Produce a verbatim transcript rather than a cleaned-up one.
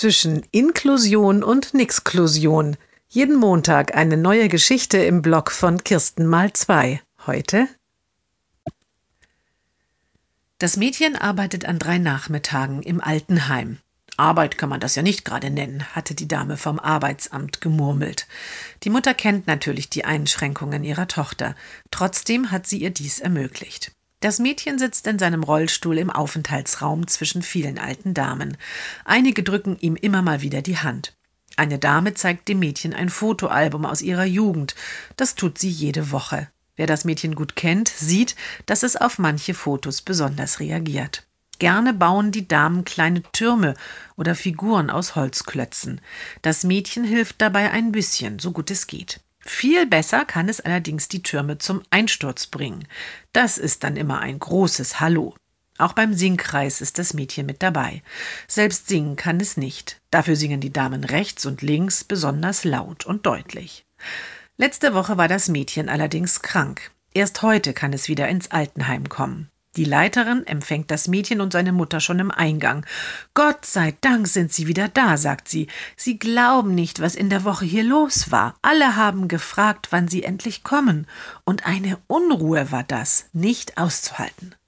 zwischen Inklusion und Nixklusion. Jeden Montag eine neue Geschichte im Blog von Kirsten mal zwei. Heute: Das Mädchen arbeitet an drei Nachmittagen im Altenheim. Arbeit kann man das ja nicht gerade nennen, hatte die Dame vom Arbeitsamt gemurmelt. Die Mutter kennt natürlich die Einschränkungen ihrer Tochter. Trotzdem hat sie ihr dies ermöglicht. Das Mädchen sitzt in seinem Rollstuhl im Aufenthaltsraum zwischen vielen alten Damen. Einige drücken ihm immer mal wieder die Hand. Eine Dame zeigt dem Mädchen ein Fotoalbum aus ihrer Jugend. Das tut sie jede Woche. Wer das Mädchen gut kennt, sieht, dass es auf manche Fotos besonders reagiert. Gerne bauen die Damen kleine Türme oder Figuren aus Holzklötzen. Das Mädchen hilft dabei ein bisschen, so gut es geht. Viel besser kann es allerdings die Türme zum Einsturz bringen. Das ist dann immer ein großes Hallo. Auch beim Singkreis ist das Mädchen mit dabei. Selbst singen kann es nicht. Dafür singen die Damen rechts und links besonders laut und deutlich. Letzte Woche war das Mädchen allerdings krank. Erst heute kann es wieder ins Altenheim kommen. Die Leiterin empfängt das Mädchen und seine Mutter schon im Eingang. »Gott sei Dank sind Sie wieder da«, sagt sie. »Sie glauben nicht, was in der Woche hier los war. Alle haben gefragt, wann Sie endlich kommen. Und eine Unruhe war das, nicht auszuhalten.«